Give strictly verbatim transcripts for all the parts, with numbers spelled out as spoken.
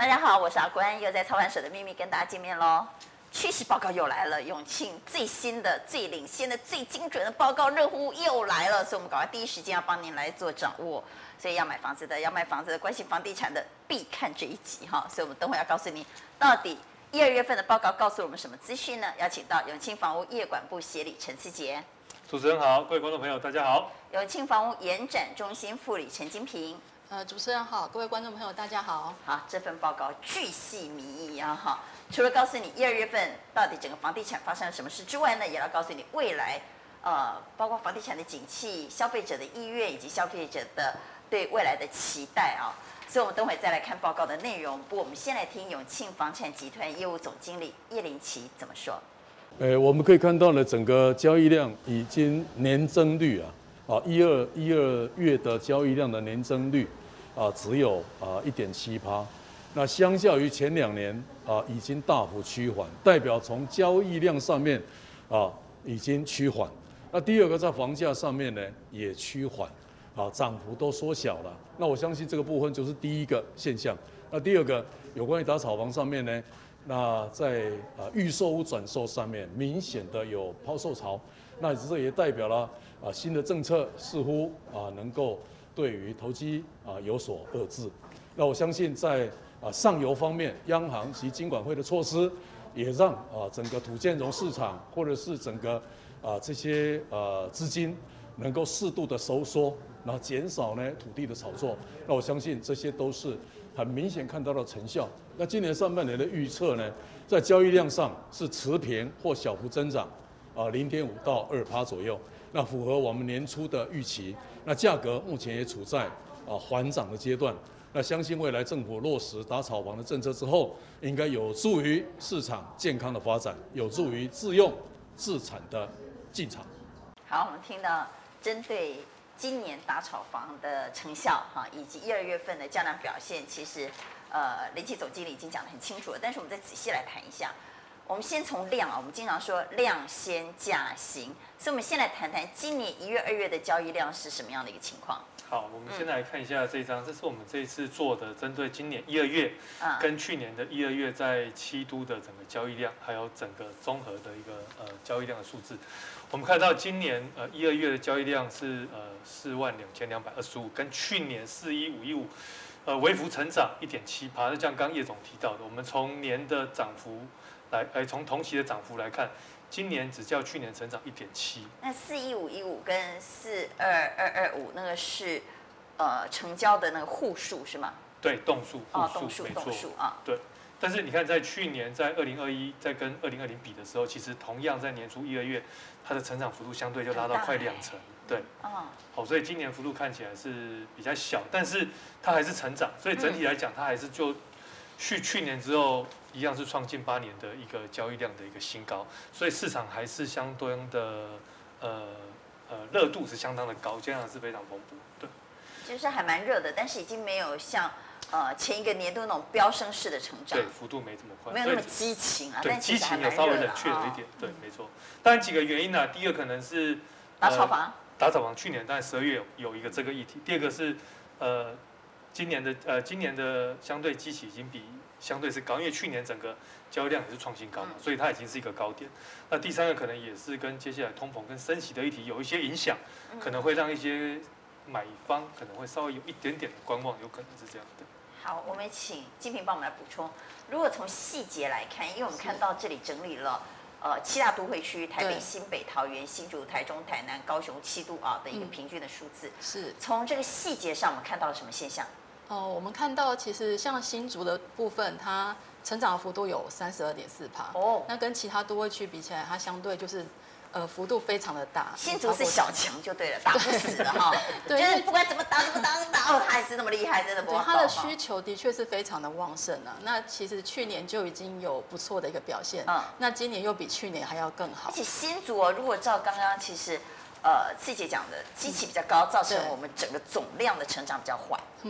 大家好，我是阿关，又在操盘手的秘密跟大家见面喽。趋势报告又来了，永庆最新的、最领先的、最精准的报告热乎又来了，所以我们赶快第一时间要帮您来做掌握。所以要买房子的、要卖房子的、关心房地产的，必看这一集哈。所以我们等会要告诉你，到底一二月份的报告告诉我们什么资讯呢？邀请到永庆房屋业管部协理陈思杰。 主持人好，各位观众朋友大家好。 永庆房屋延展中心副理陈金平。 呃，主持人好，各位观众朋友大家好。 好，这份报告巨细靡遗啊哈，除了告诉你一二月份到底整个房地产发生了什么事之外呢，也要告诉你未来呃，包括房地产的景气、消费者的意愿以及消费者的对未来的期待啊。所以，我们等会再来看报告的内容。不过，我们先来听永庆房产集团业务总经理叶林奇怎么说。 呃，我们可以看到呢，整个交易量已经年增率啊，啊，一二一二月的交易量的年增率啊，只有啊一点七趴，那相较于前两年啊，已经大幅趋缓，代表从交易量上面啊已经趋缓。那第二个在房价上面呢也趋缓，啊，涨幅都缩小了。那我相信这个部分就是第一个现象。那第二个有关于打炒房上面呢？那在呃预售屋转售上面，明显的有抛售潮，那这也代表了啊新的政策似乎啊能够对于投机啊有所遏制。那我相信在啊上游方面，央行及金管会的措施，也让啊整个土建融市场或者是整个啊这些呃资金能够适度的收缩，然后减少呢土地的炒作。那我相信这些都是很明显看到的成效。那今年上半年的预测呢，在交易量上是持平或小幅增长，啊，零点五到二趴左右，那符合我们年初的预期。那价格目前也处在啊缓涨的阶段。那相信未来政府落实打炒房的政策之后，应该有助于市场健康的发展，有助于自用自产的进场。 好，我们听到针对今年打炒房的成效哈，以及一二月份的价量表现，其实呃林奇总经理已经讲得很清楚了。但是我们再仔细来谈一下，我们先从量啊，我们经常说量先价行，所以我们先来谈谈今年一月、二月的交易量是什么样的一个情况。 好，我们先来看一下这一张，这是我们这一次做的针对今年一二月跟去年的一二月在七都的整个交易量，还有整个综合的一个呃交易量的数字。我们看到今年呃一二月的交易量是呃四万两千两百二十五，跟去年四一五一五，呃微幅成长一点七趴。那像刚叶总提到的，我们从年的涨幅来，哎从同期的涨幅来看，今年只较去年成长一点七。 那四一五一五跟四二二二五那个是呃成交的那个户数是吗？ 对，栋数， 哦， 户数，没错， 啊， 对。但是你看，在去年在二零二一在跟二零二零比的时候，其实同样在年初一二月，它的成长幅度相对就拉到快两成，对， 哦， 好，所以今年幅度看起来是比较小，但是它还是成长，所以整体来讲，它还是就续去年之后一样是创近八年的一个交易量的一个新高，所以市场还是相当的呃呃热度是相当的高，这样是非常蓬勃，对， 就是还蛮热的，但是已经没有像呃前一个年度那种飙升式的成长， 对，幅度没这么快， 没有那么激情啊， 对， 但激情有稍微冷却了一点，对，没错。当然几个原因呢、啊，第一个可能是打炒房， 打炒房去年当然十二月有有一个这个议题，第二个是呃今年的呃今年的相对基期已经比相对是高，因为去年整个交易量也是创新高嘛，所以它已经是一个高点。那第三个可能也是跟接下来通膨跟升息的议题有一些影响，可能会让一些买方可能会稍微有一点点的观望，有可能是这样的。 好，我们请金平帮我们来补充。如果从细节来看，因为我们看到这里整理了呃七大都会区，台北、新北、桃园、新竹、台中、台南、高雄七都啊的一个平均的数字。 是。 从这个细节上，我们看到了什么现象？ 哦，我们看到其实像新竹的部分，它成长幅度有三十二点四趴。哦。那跟其他都会区比起来，它相对就是。呃，幅度非常的大， 新竹是小强就对了，打不死的哈，对，就是不管怎么打怎么打怎么打，哦，还是那么厉害，真的不好。 它的需求的确是非常的旺盛啊。那其实去年就已经有不错的一个表现，嗯，那今年又比去年还要更好。 而且新竹哦，如果照刚刚其实呃次姐讲的，基期比较高，造成我们整个总量的成长比较缓。嗯。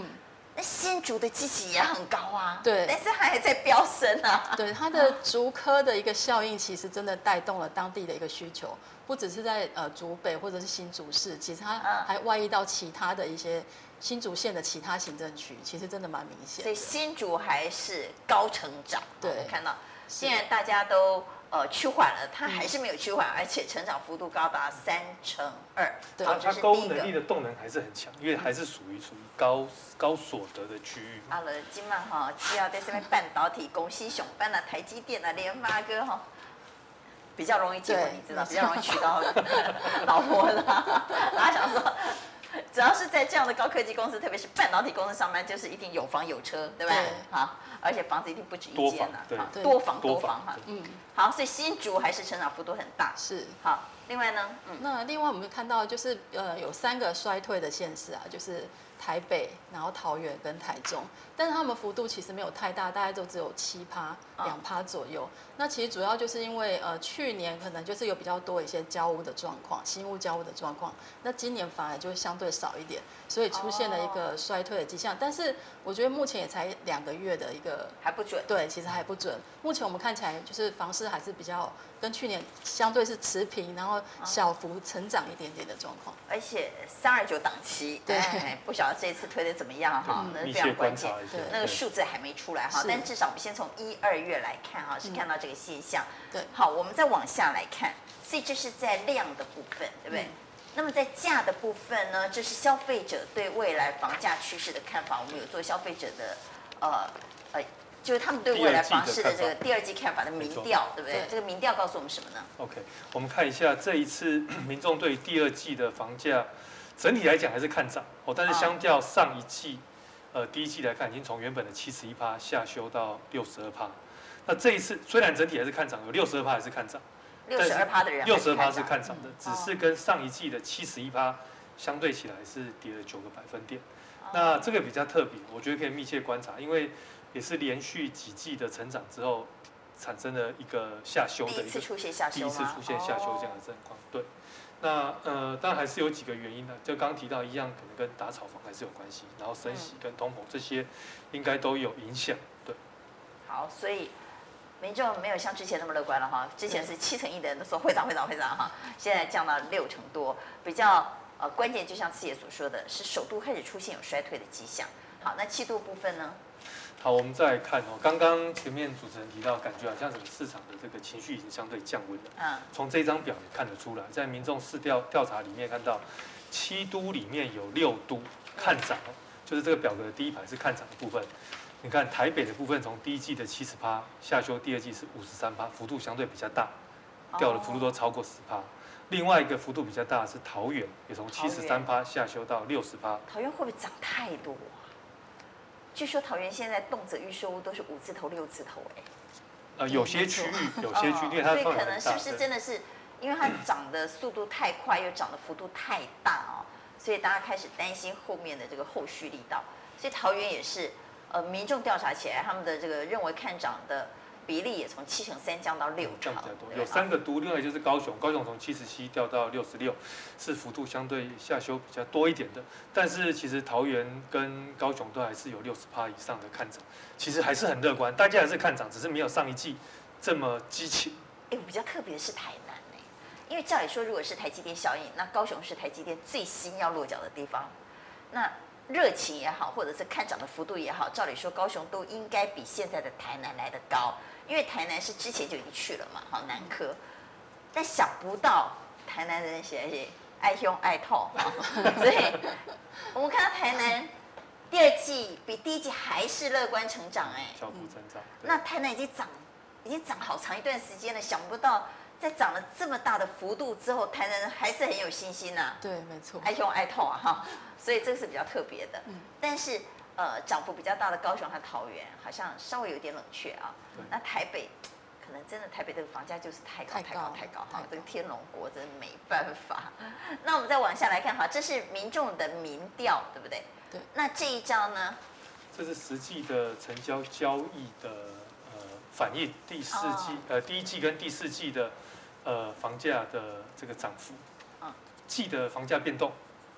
那新竹的基期也很高啊， 对， 但是它还在飙升啊。 对，它的竹科的一个效应，其实真的带动了当地的一个需求，不只是在呃竹北或者是新竹市，其实它还外溢到其他的一些新竹县的其他行政区，其实真的蛮明显。 所以新竹还是高成长。 对， 我看到现在大家都。呃，趋缓了，它还是没有趋缓，而且成长幅度高达三成二。 对，它购物能力的动能还是很强，因为还是属于属于高高所得的区域。 好了，今晚哈，只要在上面半导体、公司熊班啊、台积电啊、联发科哈，比较容易结婚，你知道，比较容易娶到老婆的。大家想说，只要是在这样的高科技公司，特别是半导体公司上班，就是一定有房有车，对吧？好。而且房子一定不止一间呐， 对， 多房多房哈，嗯，好，所以新竹还是成长幅度很大， 是好。另外呢， 嗯，那另外我们看到就是呃有三个衰退的县市啊，就是台北，然后桃园跟台中，但是他们幅度其实没有太大，大概都只有七趴、两趴左右。那其实主要就是因为呃去年可能就是有比较多一些交屋的状况，新屋交屋的状况，那今年反而就相对少一点，所以出现了一个衰退的迹象。但是我觉得目前也才两个月的一个还不准， 对，其实还不准。目前我们看起来就是房市还是比较跟去年相对是持平，然后小幅成长一点点的状况。 而且三二九档期， 对， 不晓得这次推的怎么样哈，那是非常关键。那个数字还没出来哈，但至少我们先从一二月来看哈，是看到这个现象。 对， 好，我们再往下来看，所以这是在量的部分，对不对？那么在价的部分呢，这是消费者对未来房价趋势的看法。我们有做消费者的，呃呃，就是他们对未来房市的这个第二季看法的民调，对不对？这个民调告诉我们什么呢 ？OK， 我们看一下这一次民众对第二季的房价整体来讲还是看涨哦，但是相较上一季，呃第一季来看，已经从原本的七十一趴下修到六十二趴。那这一次虽然整体还是看涨，有六十二趴还是看涨。 六十二趴的人， 六十二趴是看涨的，只是跟上一季的七十一趴相对起来是跌了九个百分点。那这个比较特别，我觉得可以密切观察，因为也是连续几季的成长之后，产生了一个下修的一个第一次出现下修， 第一次出现下修这样的状况。对，那呃，当然还是有几个原因的，就刚刚提到一样，可能跟打炒房还是有关系，然后升息跟通膨这些应该都有影响。对， 好，所以。民众没有像之前那么乐观了哈，之前是七成一的人都说会涨会涨会涨哈，现在降到六成多，比较呃关键就像次爷所说的是首都开始出现有衰退的迹象。好，那七度部分呢？ 好，我们再来看哦，刚刚前面主持人提到，感觉好像整个市场的这个情绪已经相对降温了。嗯，从这张表也看得出来，在民众市调调查里面看到，七都里面有六都看涨，就是这个表格的第一排是看涨的部分。你看台北的部分，从第一季的七十趴下修，第二季是五十三趴，幅度相对比较大，掉的幅度都超过十趴。另外一个幅度比较大的是桃园，也从七十三趴下修到六十趴。 桃园会不会涨太多啊？据说桃园现在动辄预售屋都是五字头、六字头哎。 呃，有些区域，有些区域，因为它所以可能是不是真的是，因为它涨的速度太快，又涨的幅度太大哦，所以大家开始担心后面的这个后续力道。所以桃园也是。呃，民众调查起来，他们的这个认为看涨的比例也从七成三降到六成， 降比较多。有三个都，另外就是高雄，高雄从七十七掉到六十六，是幅度相对下修比较多一点的。但是其实桃园跟高雄都还是有六十趴以上的看涨，其实还是很乐观，大家还是看涨，只是没有上一季这么激情。 哎，比较特别的是台南哎，因为照理说，如果是台积电效应，那高雄是台积电最新要落脚的地方，那。热情也好，或者是看涨的幅度也好，照理说高雄都应该比现在的台南来得高，因为台南是之前就已经去了嘛，好南科，但想不到台南人写写爱凶爱痛，所以我们看到台南第二季比第一季还是乐观成长，哎， 小幅增长。 那台南已经涨，已经涨好长一段时间了，想不到。在涨了这么大的幅度之后，台南人还是很有信心呐、啊。 对，没错， 爱凶爱痛啊哈，所以这个是比较特别的。嗯、但是呃，涨幅比较大的高雄和桃园好像稍微有点冷却啊。那台北可能真的台北这个房价就是太高太高太高哈，这个天龙国真没办法。那我们再往下来看哈，这是民众的民调，对不对？ 对。 那这一张呢？ 这是实际的成交交易的呃反映，第四季、哦、呃第一季跟第四季的。呃，房价的这个涨幅，季的房价变动，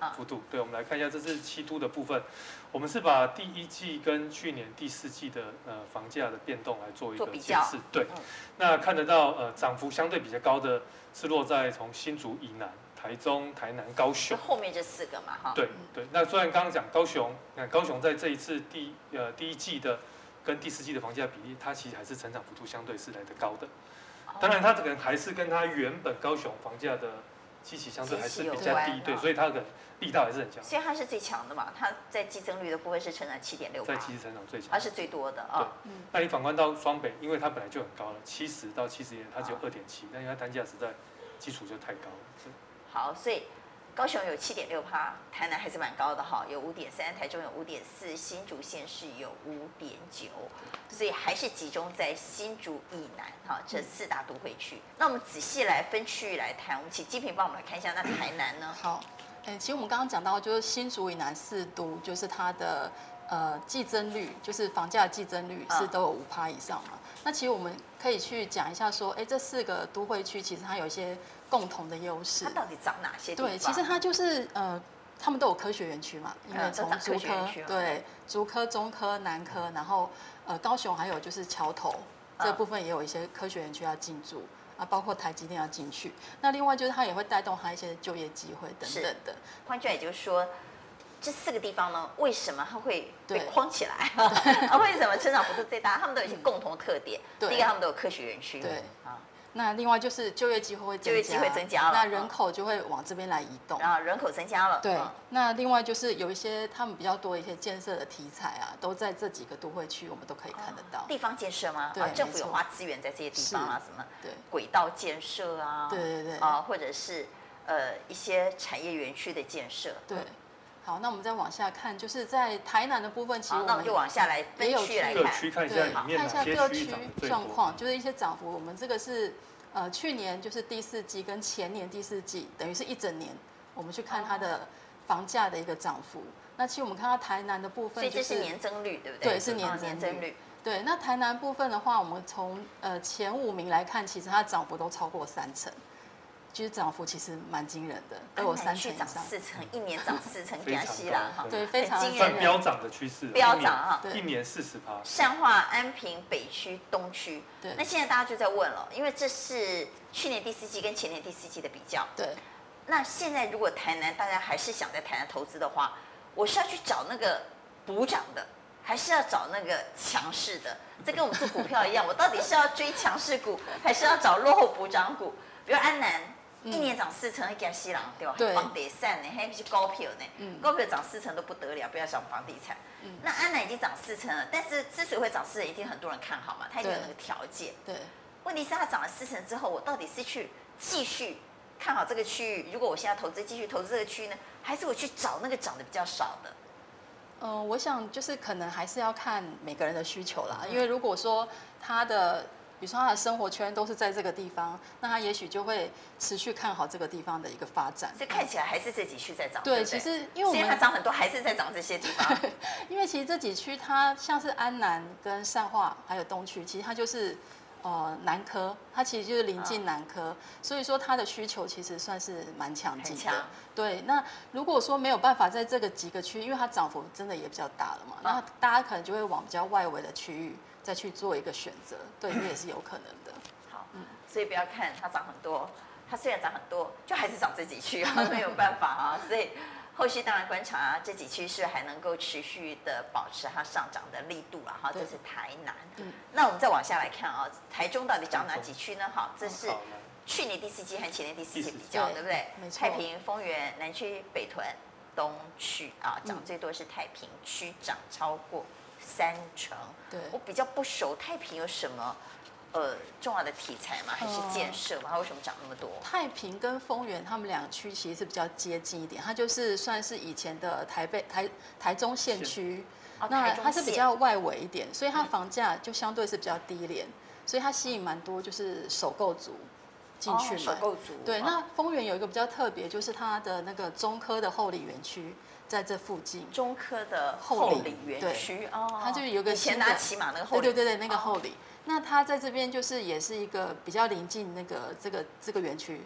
幅度。对，我们来看一下，这是七都的部分。我们是把第一季跟去年第四季的呃房价的变动来做一个解释。对，嗯、那看得到呃涨幅相对比较高的是落在从新竹以南、台中、台南、高雄。 后面这四个嘛，哈。 对对，那虽然刚刚讲高雄，那高雄在这一次第呃第一季的跟第四季的房价比例，它其实还是成长幅度相对是来得高的。当然，它可能还是跟它原本高雄房价的基期相对还是比较低，对，所以它的力道还是很强。 所以它是最强的嘛，它在季增率的部分是成长七点六， 在基期成长最强， 它是最多的啊。 对，那你反观到双北，因为它本来就很高了，七十到七十元，它只有二点七，但因为它单价实在基础就太高了。 好，所以高雄有七点六趴，台南还是蛮高的哈，有五点三，台中有五点四，新竹县市有五点九，所以还是集中在新竹以南哈这四大都会区。那我们仔细来分区域来谈，我们请金平帮我们来看一下，那台南呢？ 好，哎，其实我们刚刚讲到，就是新竹以南四都，就是它的呃季增率，就是房价的季增率是都有五趴以上嘛。嗯、那其实我们可以去讲一下说，哎，这四个都会区其实它有一些共同的优势。 它到底长哪些地方？ 对，其实它就是呃，他们都有科学园区嘛，因为从竹科、嗯、对竹科、中科、南科，然后呃高雄还有就是桥头这部分也有一些科学园区要进驻。啊，包括台积电要进去，那另外就是它也会带动它一些就业机会等等的。 换句话也就是说，这四个地方呢，为什么它会被框起来？啊，为什么成长幅度最大？他们都有一些共同特点。第一个，他们都有科学园区。 对啊。那另外就是就业机会会增加， 就业机会增加了， 那人口就会往这边来移动， 然后人口增加了。 对，那另外就是有一些他们比较多一些建设的题材啊，都在这几个都会区，我们都可以看得到。 地方建设吗？ 对， 政府有花资源在这些地方啊，什么对轨道建设啊， 对对对， 啊，或者是呃一些产业园区的建设。 对。好，那我们再往下看，就是在台南的部分，其实我们那我们就往下来分区来看， 各区看一下里面看一下各区状况，就是一些涨幅。我们这个是呃去年就是第四季跟前年第四季，等于是一整年，我们去看它的房价的一个涨幅。那其实我们看到台南的部分、就是， 所以这是年增率，对不对？ 对，是年年增率。 对，那台南部分的话，我们从呃前五名来看，其实它涨幅都超过三成。其实涨幅其实蛮惊人的，都有三成以上， 涨四成，一年涨四成，加西啦哈， 对，非常惊人，飙涨的趋势， 飙涨哈， 一年四十趴。 善化、安平、北区、东区，对，那现在大家就在问了，因为这是去年第四季跟前年第四季的比较， 对。 那现在如果台南大家还是想在台南投资的话，我是要去找那个补涨的，还是要找那个强势的？这跟我们做股票一样，我到底是要追强势股，还是要找落后补涨股？比如安南。一年涨四成，加西郎对吧？ 对， 房地产呢，还不是高票呢？嗯，高票涨四成都不得了，不要想房地产。嗯，那安南已经涨四成了，但是之所以会涨四成，一定很多人看好嘛，它一定有那个条件。 对， 问题是它涨了四成之后，我到底是去继续看好这个区域？如果我现在投资继续投资这个区域呢，还是我去找那个涨得比较少的？ 嗯、呃，我想就是可能还是要看每个人的需求啦，嗯、因为如果说他的。比如说他的生活圈都是在这个地方，那他也许就会持续看好这个地方的一个发展。 所以看起来还是这几区在涨。 对， 对其实因为我们它涨很多，还是在涨这些地方。 因为其实这几区它像是安南跟善化还有东区，其实它就是呃南科，它其实就是临近南科，嗯、所以说它的需求其实算是蛮强劲的。对，那如果说没有办法在这个几个区，因为它涨幅真的也比较大了嘛，那、嗯、大家可能就会往比较外围的区域。再去做一个选择，对，这也是有可能的。 好，嗯，所以不要看它涨很多，它虽然涨很多，就还是涨这几区啊，没有办法啊。所以后续当然观察啊，这几区是还能够持续的保持它上涨的力度了哈。这是台南。嗯，那我们再往下来看啊，台中到底涨哪几区呢？好，这是去年第四季和前年第四季比较，对不对？ 没错。 太平、丰原、南区、北屯、东区啊，涨最多是太平区，涨超过三成。 对， 我比较不熟，太平有什么呃重要的题材吗？还是建设吗？它为什么涨那么多？ 太平跟丰原他们两区其实是比较接近一点，它就是算是以前的台北台台中县区， 哦、 那它是比较外围一点，所以它房价就相对是比较低廉，所以它吸引蛮多就是首购族进去买。 哦、首购族。 对，那丰原有一个比较特别，就是它的那个中科的后里园区。在这附近， 中科的后里园区哦， 它就有个以前拿骑马那个后里， 对对对对，那个后里。哦、那它在这边就是也是一个比较临近那个这个这个园区，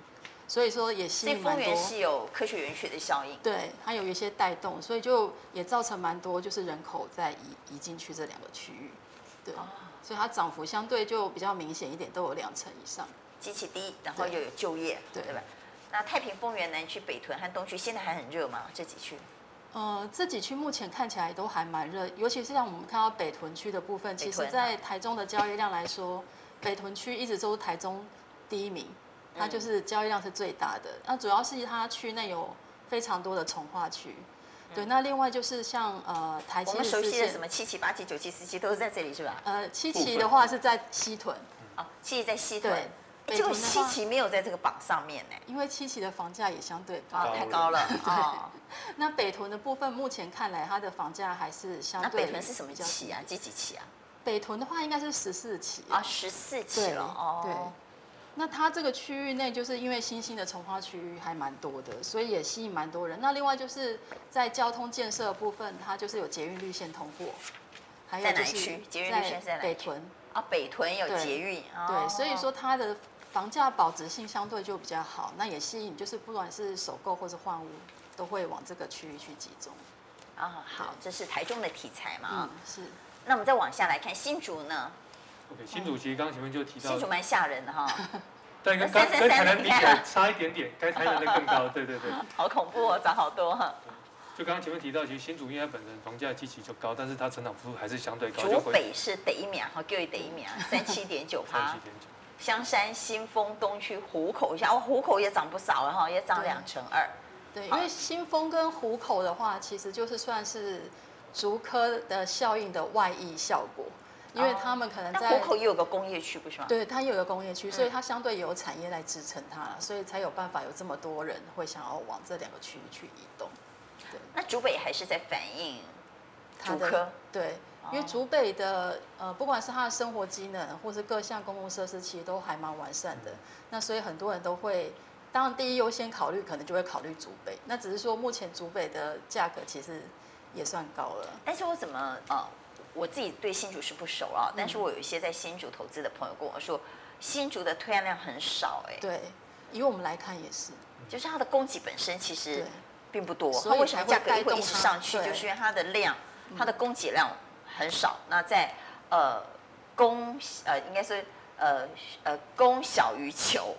所以说也吸所以丰引蛮多。 原是有科学园区的效应， 对，它有一些带动，所以就也造成蛮多就是人口在移移进去这两个区域，对， 哦、 所以它涨幅相对就比较明显一点，都有两成以上。 基期低，然后又有就业，对对吧？那太平、丰原、南区、北屯和东区现在还很热吗？这几区？ 呃，这几区目前看起来都还蛮热，尤其是像我们看到北屯区的部分，其实在台中的交易量来说，北屯区一直都是台中第一名，它就是交易量是最大的。那主要是它区内有非常多的从化区，对。那另外就是像呃台七我们熟悉的什么七期、八期、九期、十期都是在这里是吧？ 呃，七期的话是在西屯， 哦，七期在西屯。 对。 结果七期没有在这个榜上面呢， 因为七期的房价也相对高， 哦、太高了。哦， 那北屯的部分目前看来，它的房价还是相对。 那北屯是什么期啊？几几期啊？ 北屯的话应该是十四期啊，十四期了哦。 对，那它这个区域内就是因为新兴的从化区域还蛮多的，所以也吸引蛮多人。那另外就是在交通建设的部分，它就是有捷运绿线通过，还有就是区捷运绿线在北屯啊，北屯有捷运， 对，所以说它的房价保值性相对就比较好，那也吸引就是不管是首购或是换屋，都会往这个区域去集中。 啊，好，这是台中的题材嘛？ 嗯，是。 那我们再往下来看新竹呢 ？OK， 新竹其实刚刚前面就提到， 新竹蛮吓人的哈。 但跟跟跟台南比起来差一点点，该台南的更高，对对对。 好恐怖哦，涨好多哈。 就刚刚前面提到，其实新竹因为它本身房价基期就高，但是它成长幅度还是相对高。 竹北是第一名，哈，各位第一名，三七点九趴。三七点九。香山、新丰、东区、湖口一下，哦，湖口也涨不少了哈，也涨两成二。 对，因为新丰跟湖口的话，其实就是算是竹科的效应的外溢效果，因为他们可能在湖口也有个工业区，不是吗？ 对，它也有个工业区，所以它相对有产业来支撑它，所以才有办法有这么多人会想要往这两个区域去移动。对， 那竹北还是在反映竹科， 对。因为竹北的呃，不管是它的生活机能，或是各项公共设施，其实都还蛮完善的。那所以很多人都会，当然第一优先考虑，可能就会考虑竹北。那只是说目前竹北的价格其实也算高了。 但是我怎么呃，我自己对新竹是不熟啊，但是我有一些在新竹投资的朋友跟我说，新竹的推案量很少哎。 对，以我们来看也是， 就是它的供给本身其实并不多， 所以为什么价格会一直上去？就是因为它的量，它的供给量很少。那在呃供呃应该是呃呃供小于求，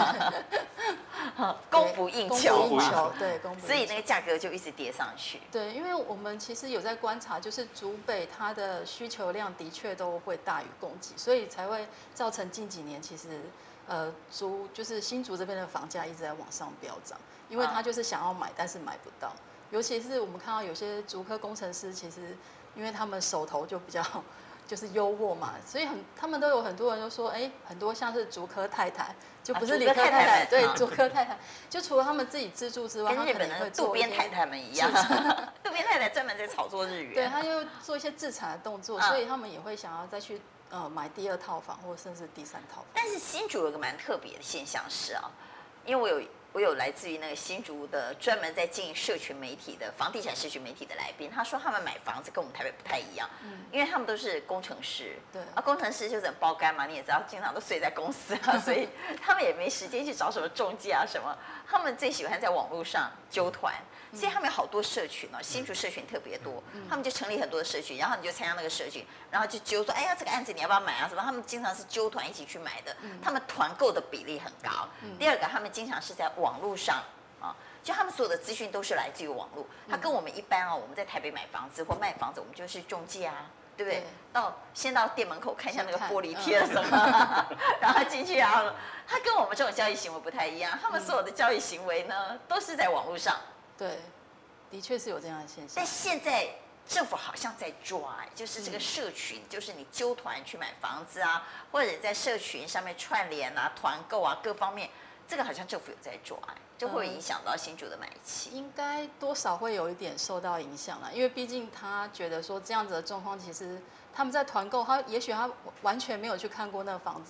供不应求嘛，对，供不应求， 所以那个价格就一直跌上去。 对，因为我们其实有在观察，就是竹北它的需求量的确都会大于供给，所以才会造成近几年其实呃竹就是新竹这边的房价一直在往上飙涨，因为他就是想要买，但是买不到。尤其是我们看到有些竹科工程师，其实因为他们手头就比较就是优渥嘛，所以很他们都有很多人都说，哎，很多像是竹科太太，就不是理科太太，对，竹科太太，就除了他们自己自住之外， 跟日本的渡边太太们一样，渡边太太专门在炒作日元， 对，他就做一些自产的动作，所以他们也会想要再去呃买第二套房或甚至第三套房。 但是新竹有个蛮特别的现象是啊，因为我有。我有来自于那个新竹的专门在经营社群媒体的房地产社群媒体的来宾，他说他们买房子跟我们台北不太一样，嗯，因为他们都是工程师， 对， 啊，工程师就是很包干嘛，你也知道，经常都睡在公司啊，所以他们也没时间去找什么中介啊什么，他们最喜欢在网络上揪团，所以他们有好多社群哦，新竹社群特别多，嗯、他们就成立很多的社群，然后你就参加那个社群，然后就揪说，哎呀，这个案子你要不要买啊什么？他们经常是揪团一起去买的，嗯、他们团购的比例很高。嗯、第二个，他们经常是在网络上啊，就他们所有的资讯都是来自于网络。他跟我们一般哦，我们在台北买房子或卖房子，我们就是中介啊，对不对？对到先到店门口看一下那个玻璃贴了什么，嗯、然后进去啊。他跟我们这种交易行为不太一样，他们所有的交易行为呢，都是在网络上。 对，的确是有这样的现象。 但现在政府好像在抓，就是这个社群，嗯、就是你揪团去买房子啊，或者在社群上面串联啊、团购啊各方面。这个好像政府有在抓，就会影响到新竹的买气、 嗯。应该多少会有一点受到影响啦，因为毕竟他觉得说这样子的状况，其实他们在团购，他也许他完全没有去看过那个房子，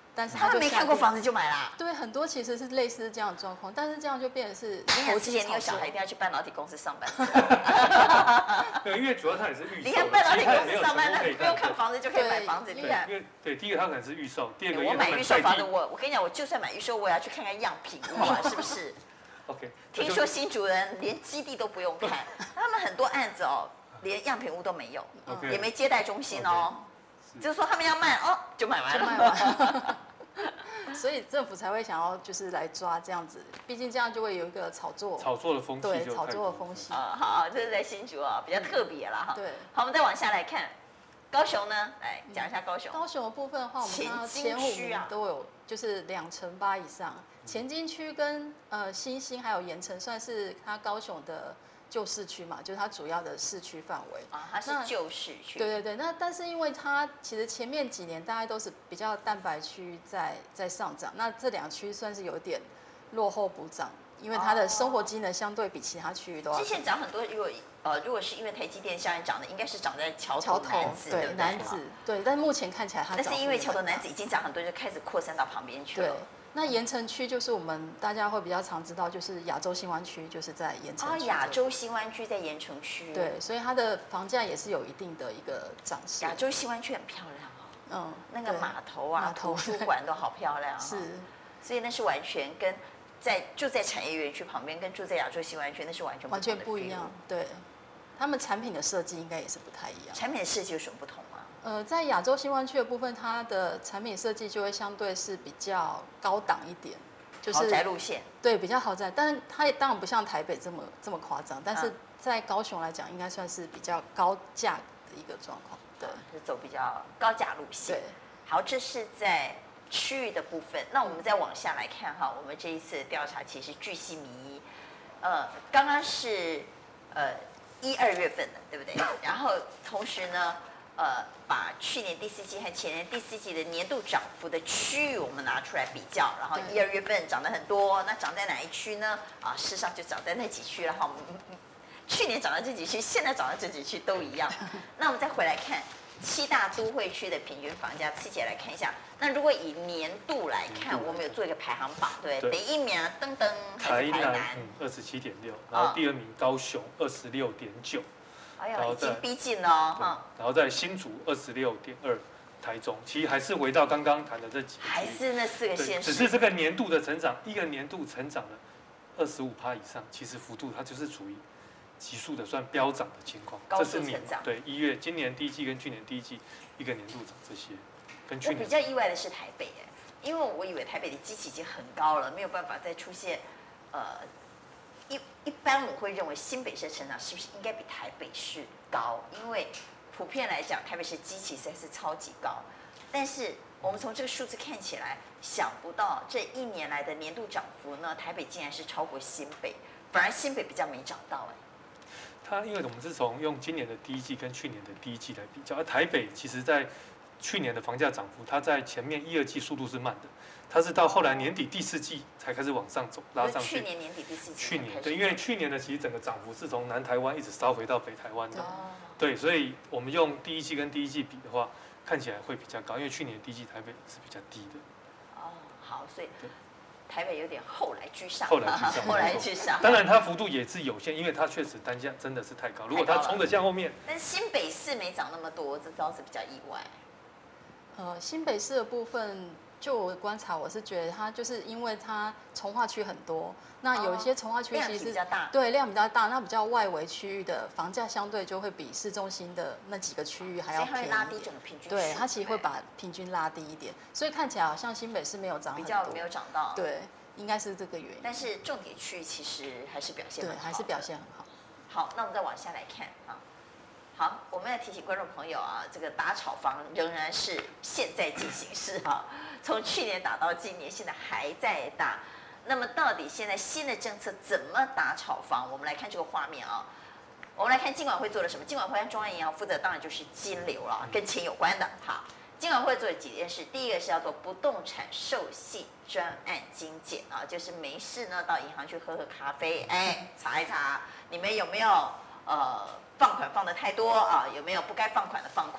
但是他们没看过房子。 子就买啦。 对，很多其实是类似这样的状况，但是这样就变成是投之前你有小孩，一定要去半导体公司上班。 对，因为主要它也是预售。 你看半导体公司上班，那不用看房子就可以买房子。你看， 因为对，第一个它可能是预售，第二个我买预售房子，我我跟你讲，我就算买预售，我也要去看看样品屋啊，是不是 ？OK。 听说新竹人连基地都不用看，他们很多案子哦，连样品屋都没有，也没接待中心哦，就是说他们要卖哦，就买完了。 所以政府才会想要就是来抓这样子，毕竟这样就会有一个炒作、 炒作的风气， 对，炒作的风气啊。好，这是在新竹啊，比较特别了哈。 对， 好，我们再往下来看，高雄呢，来讲一下高雄。 高雄的部分的话，我们看到前五名都有就是两成八以上，前金区跟呃新兴还有盐城算是它高雄的旧市区嘛，就是它主要的市区范围啊，它是旧市区。 对对对，那但是因为它其实前面几年大概都是比较蛋白区在在上涨，那这两区算是有点落后补涨，因为它的生活机能相对比其他区域都要。 之前涨很多，如果呃如果是因为台积电效应涨的，应该是涨在桥头男子， 对男子对，但目前看起来它。 但是因为桥头男子已经涨很多，就开始扩散到旁边去了。 对。那盐城区就是我们大家会比较常知道，就是亚洲新湾区，就是在盐城区。 哦，亚洲新湾区在盐城区。 对，所以它的房价也是有一定的一个涨势。 亚洲新湾区很漂亮哦， 嗯， 那个码头啊、图书馆都好漂亮。 是， 所以那是完全跟在就在产业园区旁边，跟住在亚洲新湾区那是完全完全不一样。对，他们产品的设计应该也是不太一样。 产品的设计有什么不同？ 呃，在亚洲新湾区的部分，它的产品设计就会相对是比较高档一点， 就是豪宅路线。 对，比较豪宅，但是它也当然不像台北这么这么夸张，但是在高雄来讲，应该算是比较高价的一个状况。对， 是走比较高价路线。 对， 好，这是在区域的部分。那我们再往下来看哈，我们这一次的调查其实巨细靡遗。呃，刚刚是呃一二月份的，对不对？然后同时呢。呃，把去年第四季和前年第四季的年度涨幅的区域我们拿出来比较，然后一二月份涨得很多，那涨在哪一区呢？啊，事实上就涨在那几区了哈。去年涨在这几区，现在涨在这几区都一样。那我们再回来看七大都会区的平均房价，自己来看一下。那如果以年度来看，我们有做一个排行榜，对不对？第一名噔噔， 台南，嗯，二十七点六，然后第二名高雄二十六点九。 哎呀，已经逼近了哈。 然后在新竹二十六点二，台中其实还是回到刚刚谈的这几个， 还是那四个县市， 只是这个年度的成长，一个年度成长了二十五趴以上，其实幅度它就是处于急速的算飙涨的情况。 高速成长。 对，一月今年第一季跟去年第一季一个年度涨这些，跟去年。 我比较意外的是台北哎，因为我以为台北的基期已经很高了，没有办法再出现呃。一一般我会认为新北市的成长是不是应该比台北市高？因为普遍来讲，台北市基期实在是超级高。但是我们从这个数字看起来，想不到这一年来的年度涨幅呢，台北竟然是超过新北，反而新北比较没涨到哎。 它因为我们是从用今年的第一季跟去年的第一季来比较，而台北其实在去年的房价涨幅，它在前面一二季速度是慢的。它是到后来年底第四季才开始往上走，拉上去。 去年年底第四季。 去年对，因为去年的其实整个涨幅是从南台湾一直烧回到北台湾的。 哦。 对，所以我们用第一季跟第一季比的话，看起来会比较高，因为去年第一季台北是比较低的。 哦，好，所以台北有点后来居上。 后来居上。 后来居上。 当然，它幅度也是有限，因为它确实单价真的是太高。如果它冲得向后面， 但是新北市没涨那么多，这倒是比较意外。 呃，新北市的部分。就我观察，我是觉得它就是因为它从化区很多，那有一些从化区其实比较大， 对量比较大，那比较外围区域的房价相对就会比市中心的那几个区域还要便宜。 拉低整个平均。 对，它其实会把平均拉低一点，所以看起来好像新北市没有涨很多， 比较没有涨到。 对，应该是这个原因。 但是重点区域其实还是表现很好， 对，还是表现很好。 好，那我们再往下来看啊。好，我们要提醒观众朋友啊，这个打炒房仍然是现在进行式哈，从去年打到今年，现在还在打。那么到底现在新的政策怎么打炒房？我们来看这个画面啊，我们来看金管会做了什么。金管会和中央银行负责当然就是金流了，跟钱有关的。好，金管会做了几件事，第一个是要做不动产授信专案精简啊，就是没事呢到银行去喝喝咖啡，哎，查一查你们有没有呃。放款放的太多啊，有没有不该放款的放款？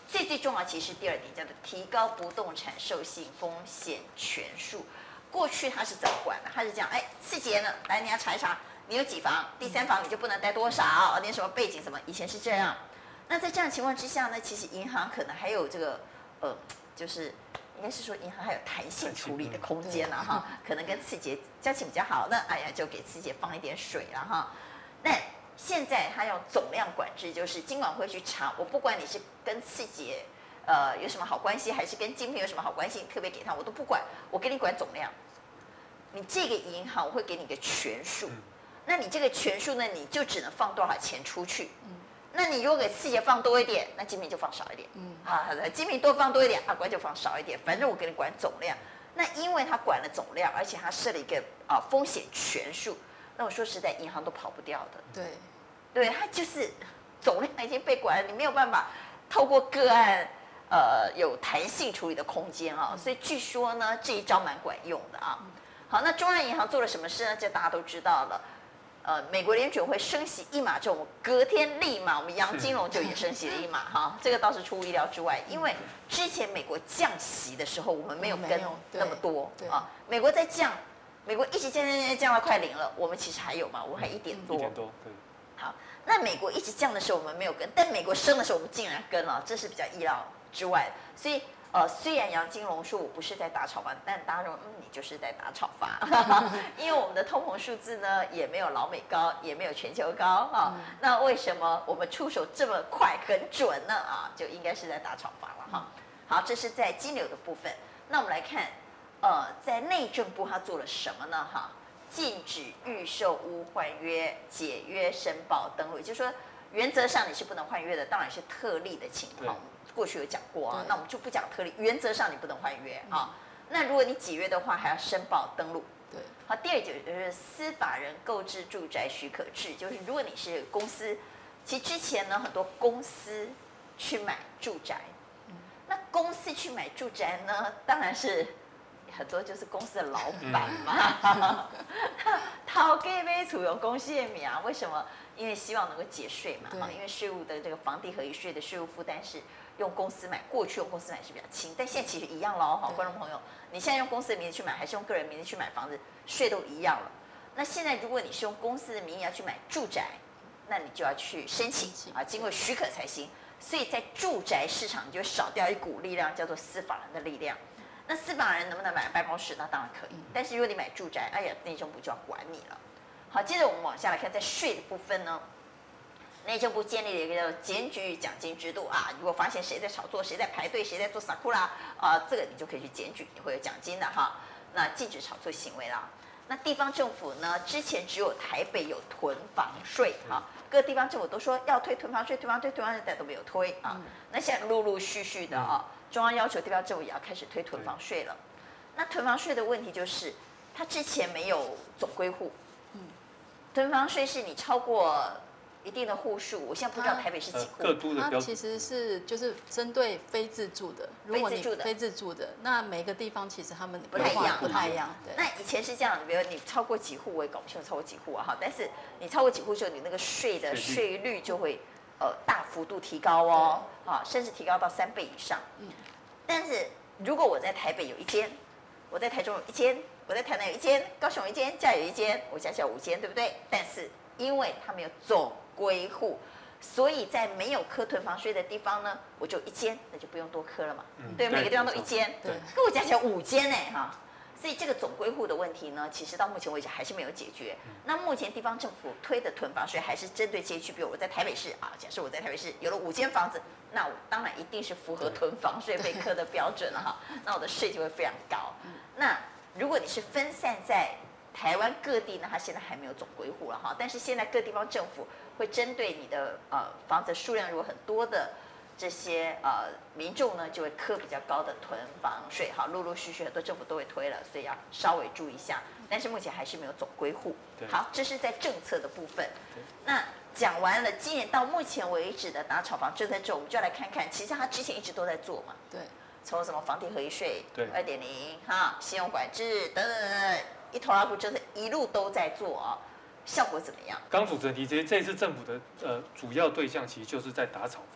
最最重要其实是第二点，叫做提高不动产授信风险权数。过去它是怎么管的？它是这样，哎，次节呢，来你要查一查，你有几房，第三房你就不能贷多少，你什么背景什么，以前是这样。那在这样的情况之下呢，其实银行可能还有这个，呃，就是应该是说银行还有弹性处理的空间了哈，可能跟次节交情比较好，那哎呀就给次节放一点水了哈。那现在它要总量管制，就是金管会去查，我不管你是跟次节呃有什么好关系，还是跟精品有什么好关系，你特别给他我都不管，我给你管总量。你这个银行我会给你个权数，那你这个权数呢，你就只能放多少钱出去。那你如果给次节放多一点，那精品就放少一点。嗯，好，精品多放多一点，阿关就放少一点，反正我给你管总量。那因为他管了总量，而且他设了一个啊风险权数，那我说实在，银行都跑不掉的。 对， 对，他就是总量已经被管了，你没有办法透过个案呃有弹性处理的空间啊。所以据说呢，这一招蛮管用的啊。好，那中央银行做了什么事呢？这大家都知道了。呃，美国联准会升息一码之后，隔天立马我们洋金融就也升息了一码哈，这个倒是出乎意料之外，因为之前美国降息的时候，我们没有跟那么多啊。美国在降，美国一直降降降降到快零了，我们其实还有嘛，我们还一点多。 一点多，对。 好，那美国一直降的时候，我们没有跟，但美国升的时候，我们竟然跟了，这是比较意料之外的。所以呃，虽然杨金龙说我不是在打炒房，但大家说，嗯，你就是在打炒房，因为我们的通膨数字呢也没有老美高，也没有全球高啊、嗯。那为什么我们出手这么快很准呢？啊，就应该是在打炒房了哈。好，这是在金流的部分。那我们来看，呃，在内政部它做了什么呢？哈，禁止预售屋换约、解约申报登录，也就是说，原则上你是不能换约的，当然是特例的情况。过去有讲过啊，那我们就不讲特例。原则上你不能换约啊。那如果你解约的话，还要申报登录。 对。 好，第二就是司法人购置住宅许可制，就是如果你是公司，其实之前呢很多公司去买住宅，那公司去买住宅呢，当然是很多就是公司的老板嘛，掏给买厝用公司的名，为什么？因为希望能够节税嘛，因为税务的这个房地合一税的税务负担是用公司买，过去用公司买是比较轻，但现在其实一样喽，哈，观众朋友，你现在用公司的名字去买，还是用个人名字去买房子，税都一样了。那现在如果你是用公司的名义要去买住宅，那你就要去申请啊，经过许可才行。所以在住宅市场，你就少掉一股力量，叫做司法人的力量。那司法人能不能买办公室？那当然可以，但是如果你买住宅，哎呀，内政部就要管你了。好，接着我们往下来看，在税的部分呢，内政部建立了一个叫检举奖金制度啊。如果发现谁在炒作、谁在排队、谁在做撒库拉啊，这个你就可以去检举，你会有奖金的哈。那禁止炒作行为啦。那地方政府呢，之前只有台北有囤房税哈，各地方政府都说要推囤房税、囤房税、囤房税，但都没有推啊。那现在陆陆续续的啊，中央要求地方政府也要开始推囤房税了。那囤房税的问题就是，它之前没有总归户。囤房税是你超过一定的户数，我现在不知道台北是几户。 各都的标准。 它其实是就是针对非自住的，如果你非自住的，那每个地方其实他们不太一样， 不太一样。对。 那以前是这样，比如你超过几户，我也搞不清楚超过几户啊哈。但是你超过几户之后，你那个税的税率就会呃大幅度提高哦，啊，甚至提高到三倍以上。嗯。但是如果我在台北有一间，我在台中有一间。我在台南有一间，高雄有一间，嘉义有一间，我加起来五间，对不对？但是因为它没有总归户，所以在没有课囤房税的地方呢，我就一间，那就不用多课了嘛。嗯、对，每个地方都一间，对，跟我加起来五间呢，哈。所以这个总归户的问题呢，其实到目前为止还是没有解决。嗯、那目前地方政府推的囤房税还是针对街区，比如我在台北市啊，假设我在台北市有了五间房子，那我当然一定是符合囤房税被课的标准了哈，那我的税就会非常高。嗯、那如果你是分散在台湾各地呢，它现在还没有总归户了哈，但是现在各地方政府会针对你的呃房子数量如果很多的这些呃民众呢，就会课比较高的囤房税哈，陆陆续续很多政府都会推了，所以要稍微注意一下。但是目前还是没有总归户。好，这是在政策的部分。那讲完了今年到目前为止的打炒房政策之后，我们就要来看看，其实他之前一直都在做嘛。 对。 从什么房地合一税二点零哈，信用管制等等等等，一头拉苦政策一路都在做啊、哦，效果怎么样？ 刚主持人提，其实这次政府的呃主要对象其实就是在打炒房。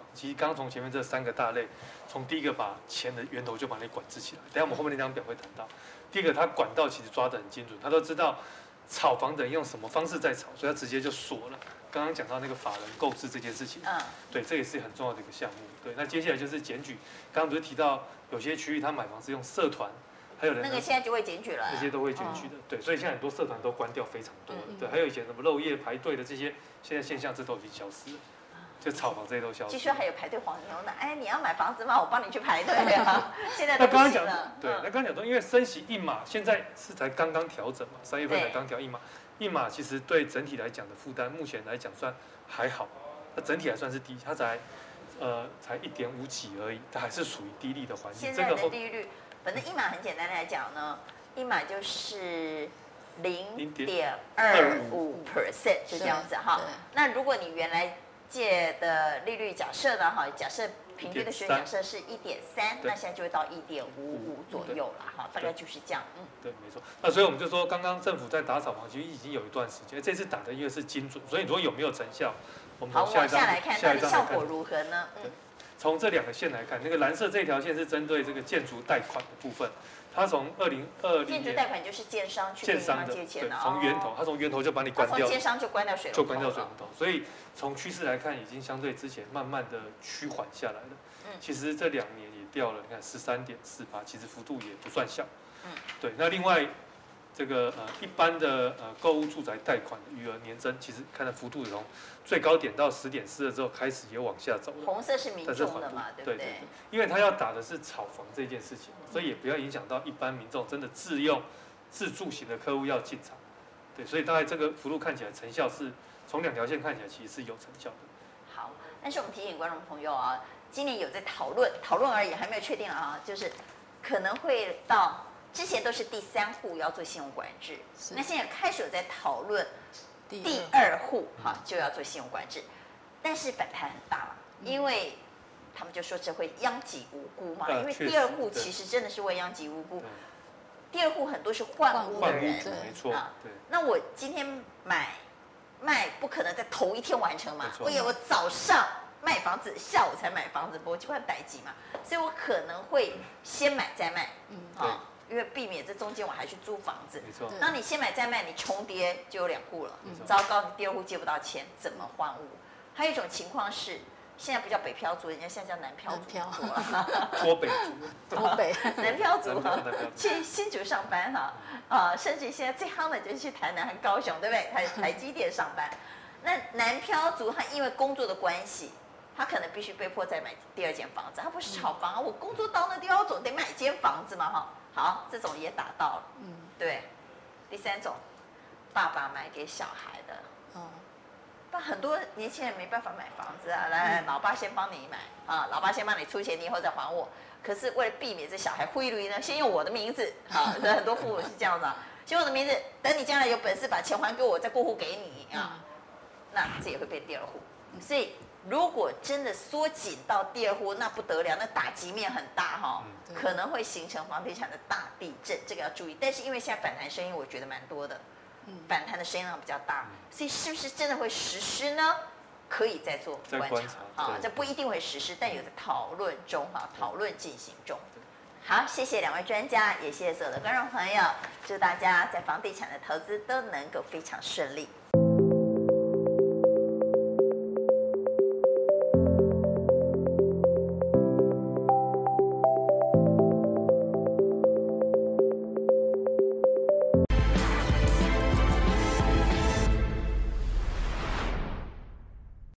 其实刚刚从前面这三个大类，从第一个把钱的源头就把你管制起来。等下我们后面那张表会谈到，第一个它管道其实抓得很精准，他都知道炒房的人用什么方式在炒，所以他直接就锁了。刚刚讲到那个法人购置这件事情，嗯，对，这也是很重要的一个项目。对，那接下来就是检举，刚刚不是提到有些区域他买房是用社团。还有人那个现在就会检举了， 那些都会检举的，对，所以现在很多社团都关掉非常多了，对，还有以前什么漏夜排队的这些，现在现象这都已经消失了，就炒房这些都消失。 据说还有排队黄牛呢，哎，你要买房子吗？我帮你去排队啊。现在都不行了。 对，那刚刚讲说，因为升息一码，现在是才刚刚调整嘛，三月份才刚调一码，一码其实对整体来讲的负担，目前来讲算还好，那整体还算是低，它才呃才一点五几而已，它还是属于低利的环境。 现在的利率。反正一码很简单来讲呢，一码就是零点二五 percent， 就这样子哈。那如果你原来借的利率假设呢，哈，假设平均的学假设是一点三，那现在就会到一点五五左右了哈，大概就是这样。嗯， 对，没错。那所以我们就说，刚刚政府在打炒房，其实已经有一段时间，这次打的因为是精准，所以你说有没有成效？我们好，往下来看，到底效果如何呢？嗯。 从这两个线来看，那个蓝色这条线是针对这个建筑贷款的部分，它从二零二零建筑贷款就是建商去跟银行借钱的， 从源头，它从源头就把你关掉， 从建商就关掉水龙头， 就关掉水龙头，所以从趋势来看，已经相对之前慢慢的趋缓下来了。嗯，其实这两年也掉了，你看十三点四趴，其实幅度也不算小。嗯，对，那另外。这个呃一般的呃购物住宅贷款的余额年增，其实看到幅度从最高点到十点四了之后，开始也往下走了。 红色是民众的嘛，对不对？ 对对对，因为他要打的是炒房这件事情，所以也不要影响到一般民众真的自用、自住型的客户要进场。对，所以大概这个幅度看起来成效是从两条线看起来其实是有成效的。 好，但是我们提醒观众朋友啊，今年有在讨论，讨论而已，还没有确定啊，就是可能会到。之前都是第三户要做信用管制，那现在开始有在讨论第二户哈就要做信用管制，但是反弹很大嘛，因为他们就说这会殃及无辜嘛，因为第二户其实真的是会殃及无辜，第二户很多是换屋的人， 没错啊，对。 那我今天买卖不可能在头一天完成嘛，我有我早上卖房子，下午才买房子，不就换代机嘛，所以我可能会先买再卖，嗯啊。因为避免这中间我还去租房子， 没错。 那你先买再卖，你重叠就有两户了，糟糕，你第二户借不到钱，怎么换屋？还有一种情况是，现在不叫北漂族，人家现在叫南漂族了， 脱北族， 脱北， 南漂族哈，去新竹上班哈，啊，甚至现在最夯的就是去台南和高雄，对不对？台台积电上班，那南漂族他因为工作的关系。他可能必须被迫再买第二间房子，他不是炒房啊，我工作到那地方总得买间房子嘛，哈。好，这种也打到了，嗯，对。第三种，爸爸买给小孩的，哦，但很多年轻人没办法买房子啊，来，老爸先帮你买啊，老爸先帮你出钱，你以后再还我。可是为了避免这小孩汇率呢，先用我的名字，啊，很多父母是这样的，先用我的名字，等你将来有本事把钱还给我，再过户给你啊，那这也会变第二户，所以。如果真的缩紧到第二户，那不得了，那打击面很大哈，嗯、可能会形成房地产的大地震，这个要注意。但是因为现在反弹声音，我觉得蛮多的，嗯、反弹的声音量比较大，所以是不是真的会实施呢？可以再做观察啊，这不一定会实施，但有在讨论中哈，讨论进行中。好，谢谢两位专家，也谢谢所有的观众朋友，祝大家在房地产的投资都能够非常顺利。